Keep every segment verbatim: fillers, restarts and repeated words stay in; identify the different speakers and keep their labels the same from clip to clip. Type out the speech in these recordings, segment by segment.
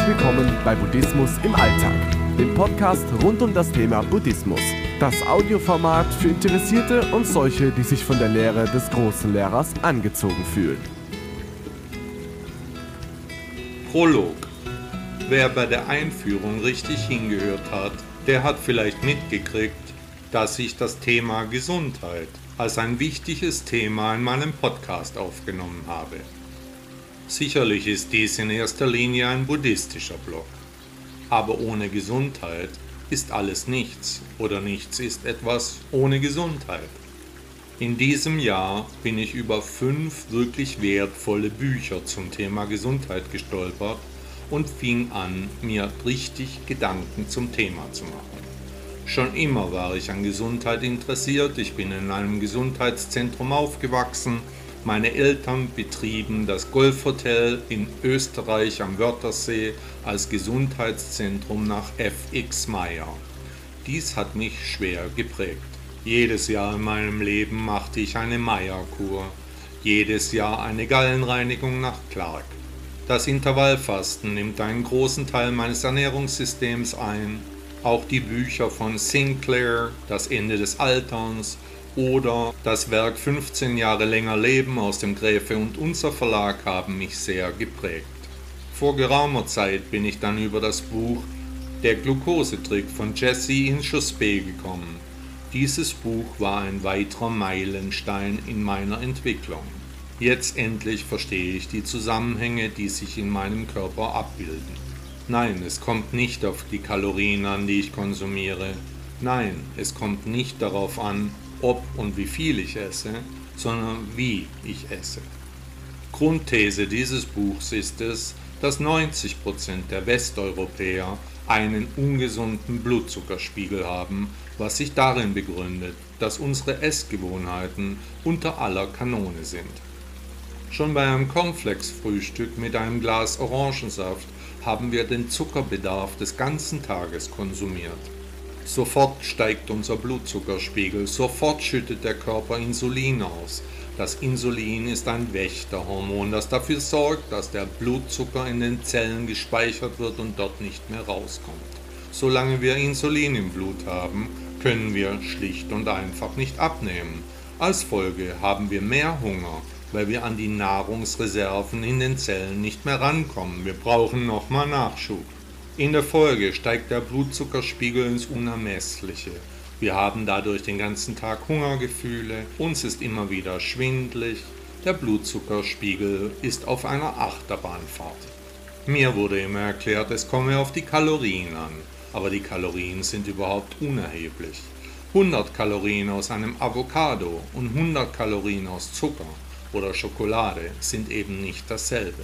Speaker 1: willkommen bei Buddhismus im Alltag, dem Podcast rund um das Thema Buddhismus. Das Audioformat für Interessierte und solche, die sich von der Lehre des großen Lehrers angezogen fühlen.
Speaker 2: Prolog. Wer bei der Einführung richtig hingehört hat, der hat vielleicht mitgekriegt, dass ich das Thema Gesundheit als ein wichtiges Thema in meinem Podcast aufgenommen habe. Sicherlich ist dies in erster Linie ein buddhistischer Blog. Aber ohne Gesundheit ist alles nichts oder nichts ist etwas ohne Gesundheit. In diesem Jahr bin ich über fünf wirklich wertvolle Bücher zum Thema Gesundheit gestolpert und fing an, mir richtig Gedanken zum Thema zu machen. Schon immer war ich an Gesundheit interessiert, ich bin in einem Gesundheitszentrum aufgewachsen. Meine Eltern betrieben das Golfhotel in Österreich am Wörthersee als Gesundheitszentrum nach F X Meyer. Dies hat mich schwer geprägt. Jedes Jahr in meinem Leben machte ich eine Meyer-Kur, jedes Jahr eine Gallenreinigung nach Clark. Das Intervallfasten nimmt einen großen Teil meines Ernährungssystems ein. Auch die Bücher von Sinclair, Das Ende des Alterns, oder das Werk fünfzehn Jahre länger Leben aus dem Gräfe und Unser Verlag haben mich sehr geprägt. Vor geraumer Zeit bin ich dann über das Buch Der Glukosetrick von Jesse Inchauspé gekommen. Dieses Buch war ein weiterer Meilenstein in meiner Entwicklung. Jetzt endlich verstehe ich die Zusammenhänge, die sich in meinem Körper abbilden. Nein, es kommt nicht auf die Kalorien an, die ich konsumiere. Nein, es kommt nicht darauf an, ob und wie viel ich esse, sondern wie ich esse. Grundthese dieses Buchs ist es, dass neunzig Prozent der Westeuropäer einen ungesunden Blutzuckerspiegel haben, was sich darin begründet, dass unsere Essgewohnheiten unter aller Kanone sind. Schon bei einem Cornflakes-Frühstück mit einem Glas Orangensaft haben wir den Zuckerbedarf des ganzen Tages konsumiert. Sofort steigt unser Blutzuckerspiegel, sofort schüttet der Körper Insulin aus. Das Insulin ist ein Wächterhormon, das dafür sorgt, dass der Blutzucker in den Zellen gespeichert wird und dort nicht mehr rauskommt. Solange wir Insulin im Blut haben, können wir schlicht und einfach nicht abnehmen. Als Folge haben wir mehr Hunger, weil wir an die Nahrungsreserven in den Zellen nicht mehr rankommen. Wir brauchen nochmal Nachschub. In der Folge steigt der Blutzuckerspiegel ins Unermessliche. Wir haben dadurch den ganzen Tag Hungergefühle, uns ist immer wieder schwindelig, der Blutzuckerspiegel ist auf einer Achterbahnfahrt. Mir wurde immer erklärt, es komme auf die Kalorien an, aber die Kalorien sind überhaupt unerheblich. hundert Kalorien aus einem Avocado und hundert Kalorien aus Zucker oder Schokolade sind eben nicht dasselbe.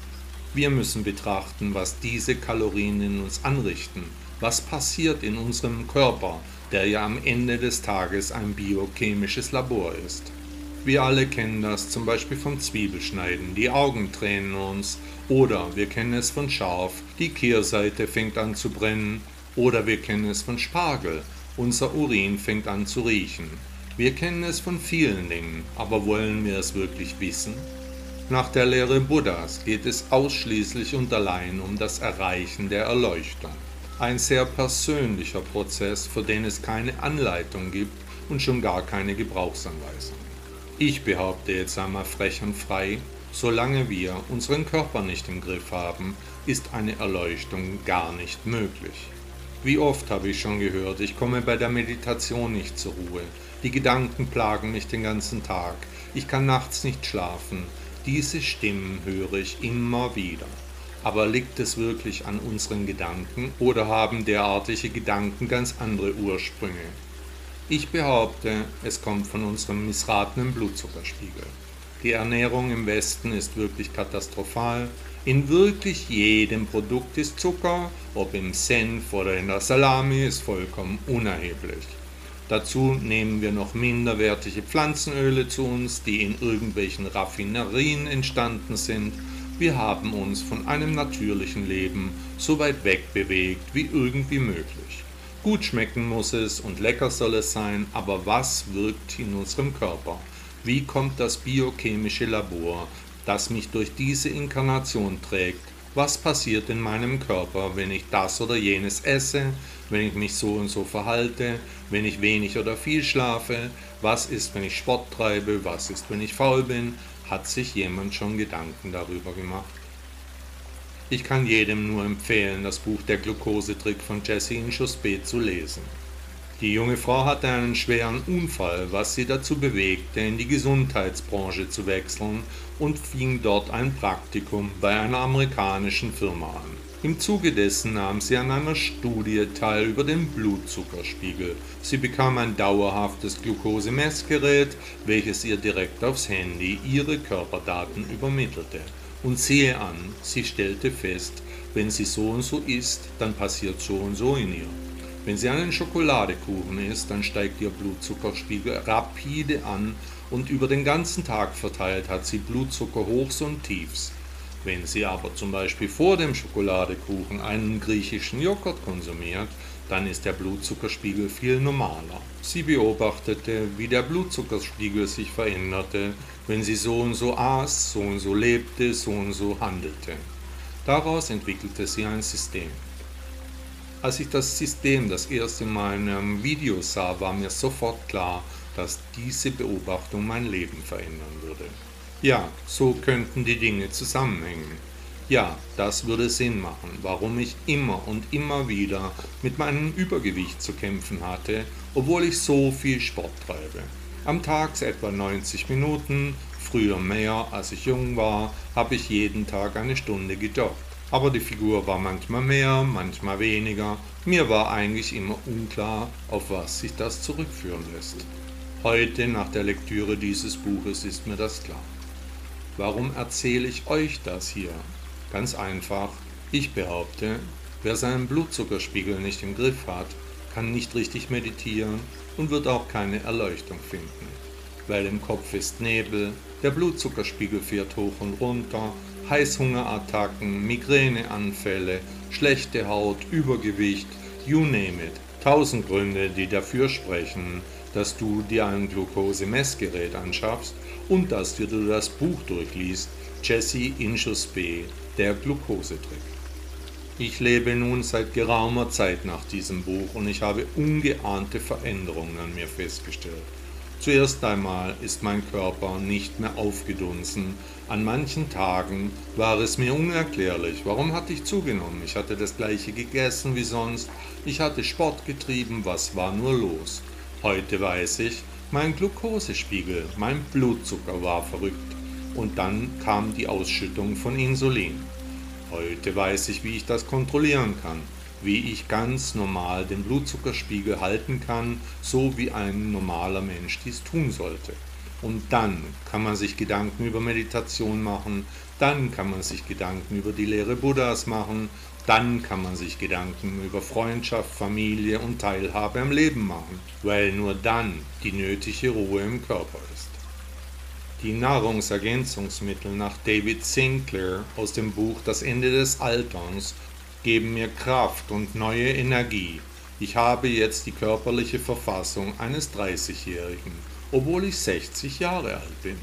Speaker 2: Wir müssen betrachten, was diese Kalorien in uns anrichten, was passiert in unserem Körper, der ja am Ende des Tages ein biochemisches Labor ist. Wir alle kennen das zum Beispiel vom Zwiebelschneiden, die Augen tränen uns, oder wir kennen es von Schaf, die Kehrseite fängt an zu brennen, oder wir kennen es von Spargel, unser Urin fängt an zu riechen. Wir kennen es von vielen Dingen, aber wollen wir es wirklich wissen? Nach der Lehre Buddhas geht es ausschließlich und allein um das Erreichen der Erleuchtung. Ein sehr persönlicher Prozess, für den es keine Anleitung gibt und schon gar keine Gebrauchsanweisung. Ich behaupte jetzt einmal frech und frei, solange wir unseren Körper nicht im Griff haben, ist eine Erleuchtung gar nicht möglich. Wie oft habe ich schon gehört, ich komme bei der Meditation nicht zur Ruhe, die Gedanken plagen mich den ganzen Tag, ich kann nachts nicht schlafen. Diese Stimmen höre ich immer wieder. Aber liegt es wirklich an unseren Gedanken oder haben derartige Gedanken ganz andere Ursprünge? Ich behaupte, es kommt von unserem missratenen Blutzuckerspiegel. Die Ernährung im Westen ist wirklich katastrophal. In wirklich jedem Produkt ist Zucker, ob im Senf oder in der Salami, ist vollkommen unerheblich. Dazu nehmen wir noch minderwertige Pflanzenöle zu uns, die in irgendwelchen Raffinerien entstanden sind. Wir haben uns von einem natürlichen Leben so weit weg bewegt wie irgendwie möglich. Gut schmecken muss es und lecker soll es sein, aber was wirkt in unserem Körper? Wie kommt das biochemische Labor, das mich durch diese Inkarnation trägt, Was passiert in meinem Körper, wenn ich das oder jenes esse, wenn ich mich so und so verhalte, wenn ich wenig oder viel schlafe? Was ist, wenn ich Sport treibe? Was ist, wenn ich faul bin? Hat sich jemand schon Gedanken darüber gemacht? Ich kann jedem nur empfehlen, das Buch Der Glukosetrick von Jessie Inchus-B zu lesen. Die junge Frau hatte einen schweren Unfall, was sie dazu bewegte, in die Gesundheitsbranche zu wechseln und fing dort ein Praktikum bei einer amerikanischen Firma an. Im Zuge dessen nahm sie an einer Studie teil über den Blutzuckerspiegel. Sie bekam ein dauerhaftes Glukosemessgerät, welches ihr direkt aufs Handy ihre Körperdaten übermittelte. Und siehe an, sie stellte fest, wenn sie so und so isst, dann passiert so und so in ihr. Wenn sie einen Schokoladekuchen isst, dann steigt ihr Blutzuckerspiegel rapide an und über den ganzen Tag verteilt hat sie Blutzuckerhochs und Tiefs. Wenn sie aber zum Beispiel vor dem Schokoladekuchen einen griechischen Joghurt konsumiert, dann ist der Blutzuckerspiegel viel normaler. Sie beobachtete, wie der Blutzuckerspiegel sich veränderte, wenn sie so und so aß, so und so lebte, so und so handelte. Daraus entwickelte sie ein System. Als ich das System das erste Mal in einem Video sah, war mir sofort klar, dass diese Beobachtung mein Leben verändern würde. Ja, so könnten die Dinge zusammenhängen. Ja, das würde Sinn machen, warum ich immer und immer wieder mit meinem Übergewicht zu kämpfen hatte, obwohl ich so viel Sport treibe. Am Tag etwa neunzig Minuten, früher mehr, als ich jung war, habe ich jeden Tag eine Stunde gejoggt. Aber die Figur war manchmal mehr, manchmal weniger. Mir war eigentlich immer unklar, auf was sich das zurückführen lässt. Heute, nach der Lektüre dieses Buches, ist mir das klar. Warum erzähle ich euch das hier? Ganz einfach, ich behaupte, wer seinen Blutzuckerspiegel nicht im Griff hat, kann nicht richtig meditieren und wird auch keine Erleuchtung finden. Weil im Kopf ist Nebel, der Blutzuckerspiegel fährt hoch und runter, Heißhungerattacken, Migräneanfälle, schlechte Haut, Übergewicht, you name it. Tausend Gründe, die dafür sprechen, dass du dir ein Glukosemessgerät anschaffst und dass du das Buch durchliest, Jessie Inchus-B, der Glukosetrick. Ich lebe nun seit geraumer Zeit nach diesem Buch und ich habe ungeahnte Veränderungen an mir festgestellt. Zuerst einmal ist mein Körper nicht mehr aufgedunsen. An manchen Tagen war es mir unerklärlich. Warum hatte ich zugenommen? Ich hatte das gleiche gegessen wie sonst. Ich hatte Sport getrieben. Was war nur los? Heute weiß ich, mein Glukosespiegel, mein Blutzucker war verrückt. Und dann kam die Ausschüttung von Insulin. Heute weiß ich, wie ich das kontrollieren kann. Wie ich ganz normal den Blutzuckerspiegel halten kann, so wie ein normaler Mensch dies tun sollte. Und dann kann man sich Gedanken über Meditation machen, dann kann man sich Gedanken über die Lehre Buddhas machen, dann kann man sich Gedanken über Freundschaft, Familie und Teilhabe am Leben machen, weil nur dann die nötige Ruhe im Körper ist. Die Nahrungsergänzungsmittel nach David Sinclair aus dem Buch Das Ende des Alterns geben mir Kraft und neue Energie. Ich habe jetzt die körperliche Verfassung eines dreißigjährigen, obwohl ich sechzig Jahre alt bin.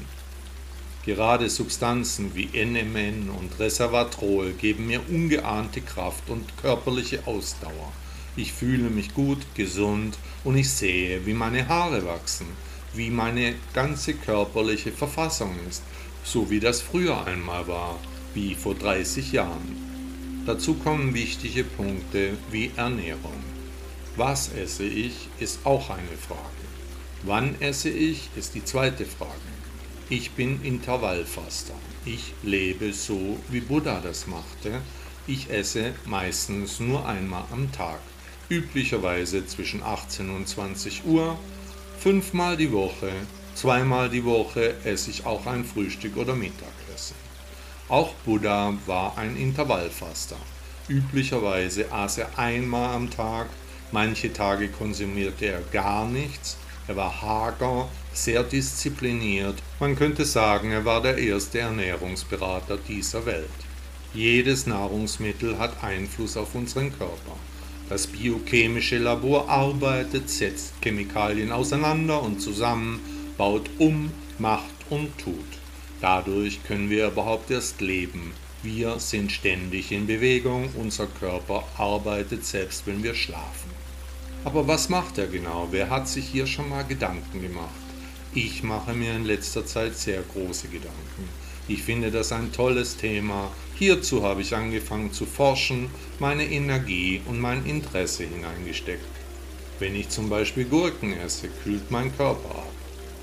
Speaker 2: Gerade Substanzen wie N M N und Resveratrol geben mir ungeahnte Kraft und körperliche Ausdauer. Ich fühle mich gut, gesund und ich sehe, wie meine Haare wachsen, wie meine ganze körperliche Verfassung ist, so wie das früher einmal war, wie vor dreißig Jahren. Dazu kommen wichtige Punkte wie Ernährung. Was esse ich, ist auch eine Frage. Wann esse ich, ist die zweite Frage. Ich bin Intervallfaster. Ich lebe so, wie Buddha das machte. Ich esse meistens nur einmal am Tag, üblicherweise zwischen achtzehn und zwanzig Uhr. Fünfmal die Woche, zweimal die Woche esse ich auch ein Frühstück oder Mittagessen. Auch Buddha war ein Intervallfaster. Üblicherweise aß er einmal am Tag, manche Tage konsumierte er gar nichts. Er war hager, sehr diszipliniert. Man könnte sagen, er war der erste Ernährungsberater dieser Welt. Jedes Nahrungsmittel hat Einfluss auf unseren Körper. Das biochemische Labor arbeitet, setzt Chemikalien auseinander und zusammen, baut um, macht und tut. Dadurch können wir überhaupt erst leben. Wir sind ständig in Bewegung, unser Körper arbeitet selbst, wenn wir schlafen. Aber was macht er genau? Wer hat sich hier schon mal Gedanken gemacht? Ich mache mir in letzter Zeit sehr große Gedanken. Ich finde das ein tolles Thema. Hierzu habe ich angefangen zu forschen, meine Energie und mein Interesse hineingesteckt. Wenn ich zum Beispiel Gurken esse, kühlt mein Körper ab.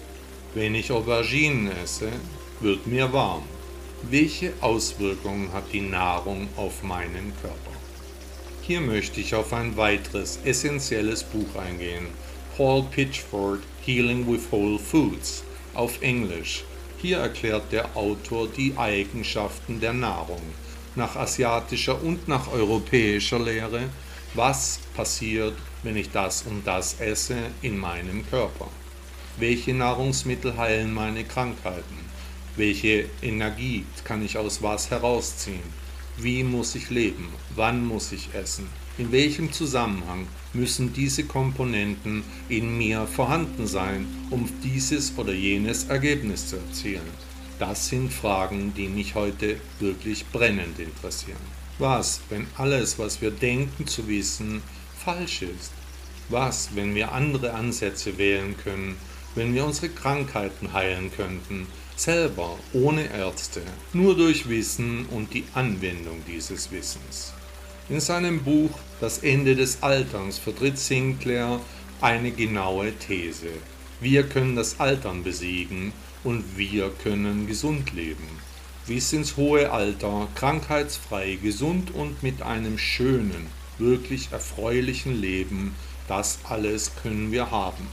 Speaker 2: Wenn ich Auberginen esse, wird mir warm. Welche Auswirkungen hat die Nahrung auf meinen Körper? Hier möchte ich auf ein weiteres essentielles Buch eingehen. Paul Pitchford, Healing with Whole Foods, auf Englisch. Hier erklärt der Autor die Eigenschaften der Nahrung, nach asiatischer und nach europäischer Lehre, was passiert, wenn ich das und das esse in meinem Körper. Welche Nahrungsmittel heilen meine Krankheiten? Welche Energie kann ich aus was herausziehen? Wie muss ich leben? Wann muss ich essen? In welchem Zusammenhang müssen diese Komponenten in mir vorhanden sein, um dieses oder jenes Ergebnis zu erzielen? Das sind Fragen, die mich heute wirklich brennend interessieren. Was, wenn alles, was wir denken zu wissen, falsch ist? Was, wenn wir andere Ansätze wählen können, wenn wir unsere Krankheiten heilen könnten, selber, ohne Ärzte, nur durch Wissen und die Anwendung dieses Wissens? In seinem Buch Das Ende des Alterns vertritt Sinclair eine genaue These. Wir können das Altern besiegen und wir können gesund leben. Bis ins hohe Alter, krankheitsfrei, gesund und mit einem schönen, wirklich erfreulichen Leben, das alles können wir haben.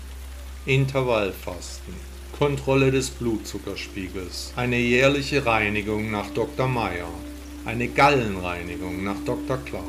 Speaker 2: Intervallfasten, Kontrolle des Blutzuckerspiegels, eine jährliche Reinigung nach Doktor Meyer, eine Gallenreinigung nach Doktor Clark,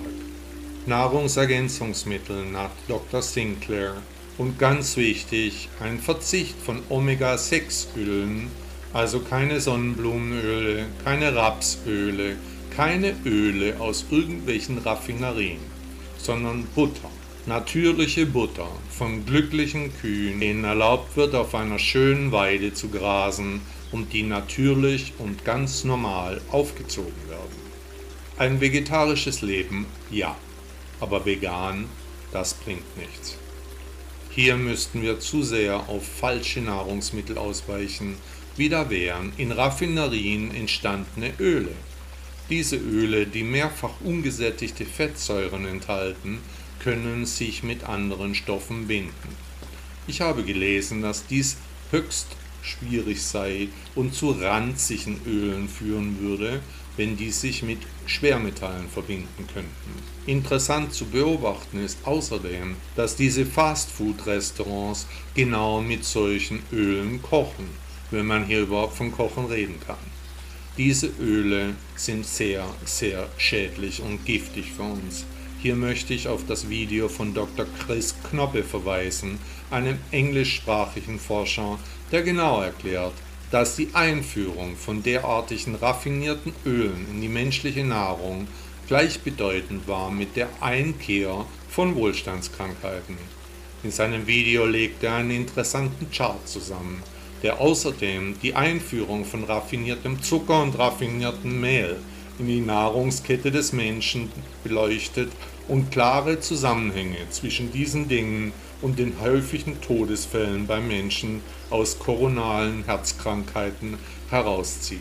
Speaker 2: Nahrungsergänzungsmittel nach Doktor Sinclair und ganz wichtig, ein Verzicht von Omega sechs Ölen, also keine Sonnenblumenöle, keine Rapsöle, keine Öle aus irgendwelchen Raffinerien, sondern Butter. Natürliche Butter von glücklichen Kühen, denen erlaubt wird, auf einer schönen Weide zu grasen und die natürlich und ganz normal aufgezogen werden. Ein vegetarisches Leben, ja, aber vegan, das bringt nichts. Hier müssten wir zu sehr auf falsche Nahrungsmittel ausweichen, wie da wären in Raffinerien entstandene Öle. Diese Öle, die mehrfach ungesättigte Fettsäuren enthalten, können sich mit anderen Stoffen binden. Ich habe gelesen, dass dies höchst schwierig sei und zu ranzigen Ölen führen würde, wenn die sich mit Schwermetallen verbinden könnten. Interessant zu beobachten ist außerdem, dass diese Fastfood-Restaurants genau mit solchen Ölen kochen, wenn man hier überhaupt von Kochen reden kann. Diese Öle sind sehr, sehr schädlich und giftig für uns. Hier möchte ich auf das Video von Doktor Chris Knoppe verweisen, einem englischsprachigen Forscher, der genau erklärt, dass die Einführung von derartigen raffinierten Ölen in die menschliche Nahrung gleichbedeutend war mit der Einkehr von Wohlstandskrankheiten. In seinem Video legt er einen interessanten Chart zusammen, der außerdem die Einführung von raffiniertem Zucker und raffiniertem Mehl in die Nahrungskette des Menschen beleuchtet und klare Zusammenhänge zwischen diesen Dingen und den häufigen Todesfällen bei Menschen aus koronalen Herzkrankheiten herauszieht.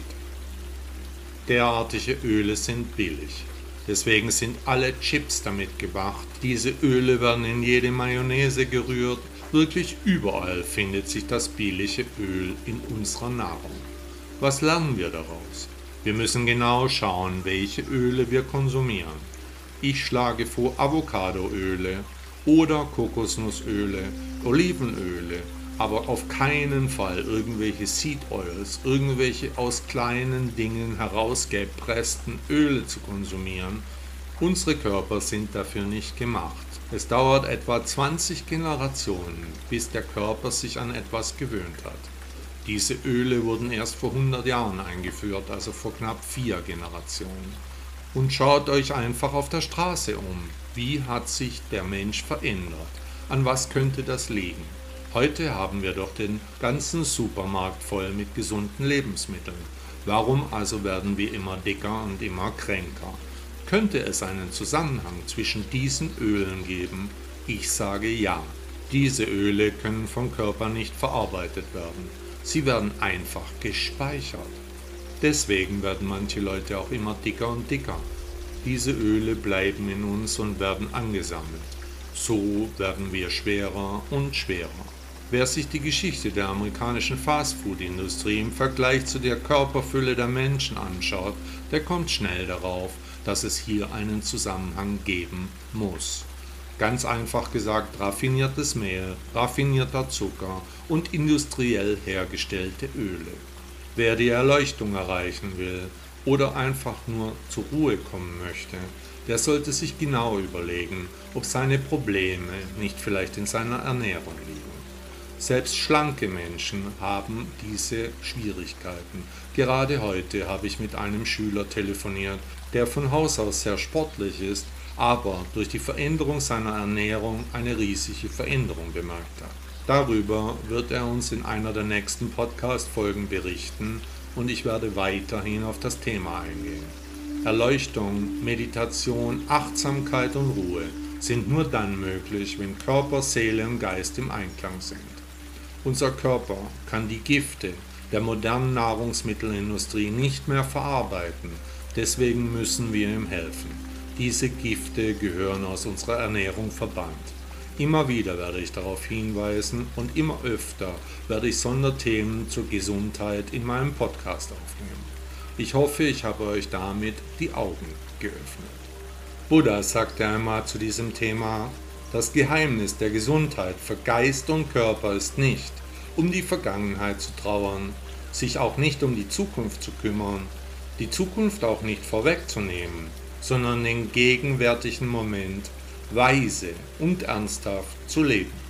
Speaker 2: Derartige Öle sind billig. Deswegen sind alle Chips damit gemacht. Diese Öle werden in jede Mayonnaise gerührt. Wirklich überall findet sich das billige Öl in unserer Nahrung. Was lernen wir daraus? Wir müssen genau schauen, welche Öle wir konsumieren. Ich schlage vor Avocadoöle oder Kokosnussöle, Olivenöle, aber auf keinen Fall irgendwelche Seed Oils, irgendwelche aus kleinen Dingen herausgepressten Öle zu konsumieren. Unsere Körper sind dafür nicht gemacht. Es dauert etwa zwanzig Generationen, bis der Körper sich an etwas gewöhnt hat. Diese Öle wurden erst vor hundert Jahren eingeführt, also vor knapp vier Generationen. Und schaut euch einfach auf der Straße um. Wie hat sich der Mensch verändert? An was könnte das liegen? Heute haben wir doch den ganzen Supermarkt voll mit gesunden Lebensmitteln. Warum also werden wir immer dicker und immer kränker? Könnte es einen Zusammenhang zwischen diesen Ölen geben? Ich sage ja. Diese Öle können vom Körper nicht verarbeitet werden. Sie werden einfach gespeichert. Deswegen werden manche Leute auch immer dicker und dicker. Diese Öle bleiben in uns und werden angesammelt. So werden wir schwerer und schwerer. Wer sich die Geschichte der amerikanischen Fastfood-Industrie im Vergleich zu der Körperfülle der Menschen anschaut, der kommt schnell darauf, dass es hier einen Zusammenhang geben muss. Ganz einfach gesagt, raffiniertes Mehl, raffinierter Zucker und industriell hergestellte Öle. Wer die Erleuchtung erreichen will oder einfach nur zur Ruhe kommen möchte, der sollte sich genau überlegen, ob seine Probleme nicht vielleicht in seiner Ernährung liegen. Selbst schlanke Menschen haben diese Schwierigkeiten. Gerade heute habe ich mit einem Schüler telefoniert, der von Haus aus sehr sportlich ist, aber durch die Veränderung seiner Ernährung eine riesige Veränderung bemerkt hat. Darüber wird er uns in einer der nächsten Podcast-Folgen berichten und ich werde weiterhin auf das Thema eingehen. Erleuchtung, Meditation, Achtsamkeit und Ruhe sind nur dann möglich, wenn Körper, Seele und Geist im Einklang sind. Unser Körper kann die Gifte der modernen Nahrungsmittelindustrie nicht mehr verarbeiten, deswegen müssen wir ihm helfen. Diese Gifte gehören aus unserer Ernährung verbannt. Immer wieder werde ich darauf hinweisen und immer öfter werde ich Sonderthemen zur Gesundheit in meinem Podcast aufnehmen. Ich hoffe, ich habe euch damit die Augen geöffnet. Buddha sagte einmal zu diesem Thema: Das Geheimnis der Gesundheit für Geist und Körper ist nicht, um die Vergangenheit zu trauern, sich auch nicht um die Zukunft zu kümmern, die Zukunft auch nicht vorwegzunehmen, sondern den gegenwärtigen Moment weise und ernsthaft zu leben.